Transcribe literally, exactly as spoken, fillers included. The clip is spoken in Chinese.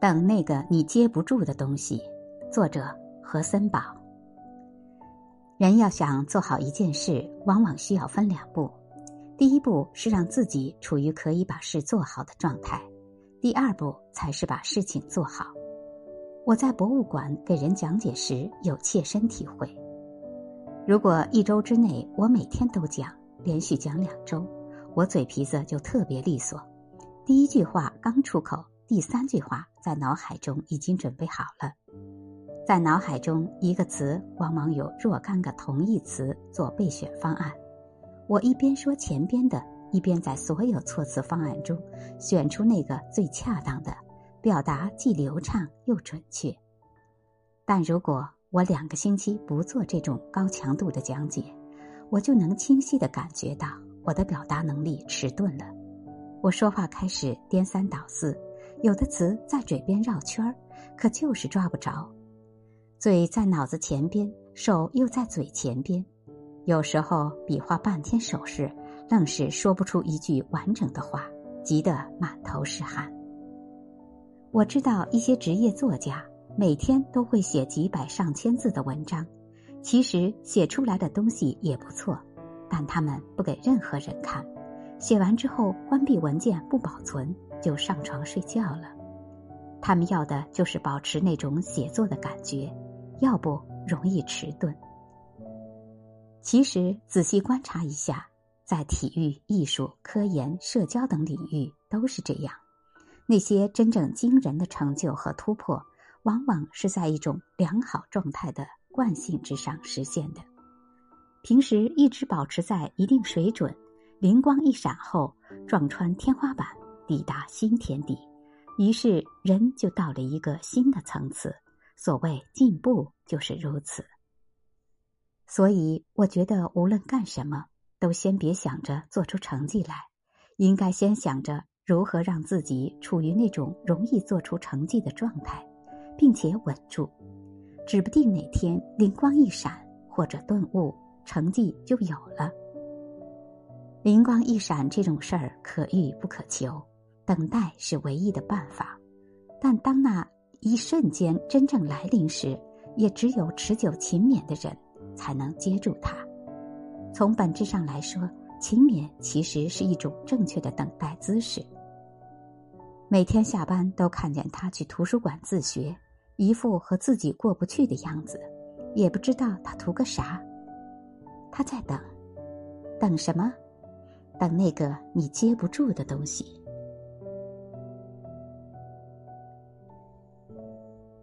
等那个你接不住的东西。作者何森堡。人要想做好一件事，往往需要分两步。第一步是让自己处于可以把事做好的状态，第二步才是把事情做好。我在博物馆给人讲解时有切身体会。如果一周之内我每天都讲，连续讲两周，我嘴皮子就特别利索。第一句话刚出口，第三句话在脑海中已经准备好了。在脑海中，一个词往往有若干个同义词做备选方案。我一边说前边的，一边在所有措辞方案中选出那个最恰当的，表达既流畅又准确。但如果我两个星期不做这种高强度的讲解，我就能清晰地感觉到我的表达能力迟钝了。我说话开始颠三倒四，有的词在嘴边绕圈儿，可就是抓不着。嘴在脑子前边，手又在嘴前边，有时候比划半天手势，愣是说不出一句完整的话，急得满头是汗。我知道一些职业作家每天都会写几百上千字的文章，其实写出来的东西也不错，但他们不给任何人看，写完之后关闭文件不保存，就上床睡觉了。他们要的就是保持那种写作的感觉，要不容易迟钝。其实仔细观察一下，在体育、艺术、科研、社交等领域都是这样。那些真正惊人的成就和突破，往往是在一种良好状态的惯性之上实现的。平时一直保持在一定水准，灵光一闪后，撞穿天花板，抵达新天地，于是人就到了一个新的层次。所谓进步就是如此。所以我觉得无论干什么，都先别想着做出成绩来，应该先想着如何让自己处于那种容易做出成绩的状态，并且稳住。指不定哪天灵光一闪，或者顿悟，成绩就有了。灵光一闪这种事儿可遇不可求，等待是唯一的办法。但当那一瞬间真正来临时，也只有持久勤勉的人才能接住它。从本质上来说，勤勉其实是一种正确的等待姿势。每天下班都看见他去图书馆自学，一副和自己过不去的样子，也不知道他图个啥。他在等，等什么？等那个你接不住的东西。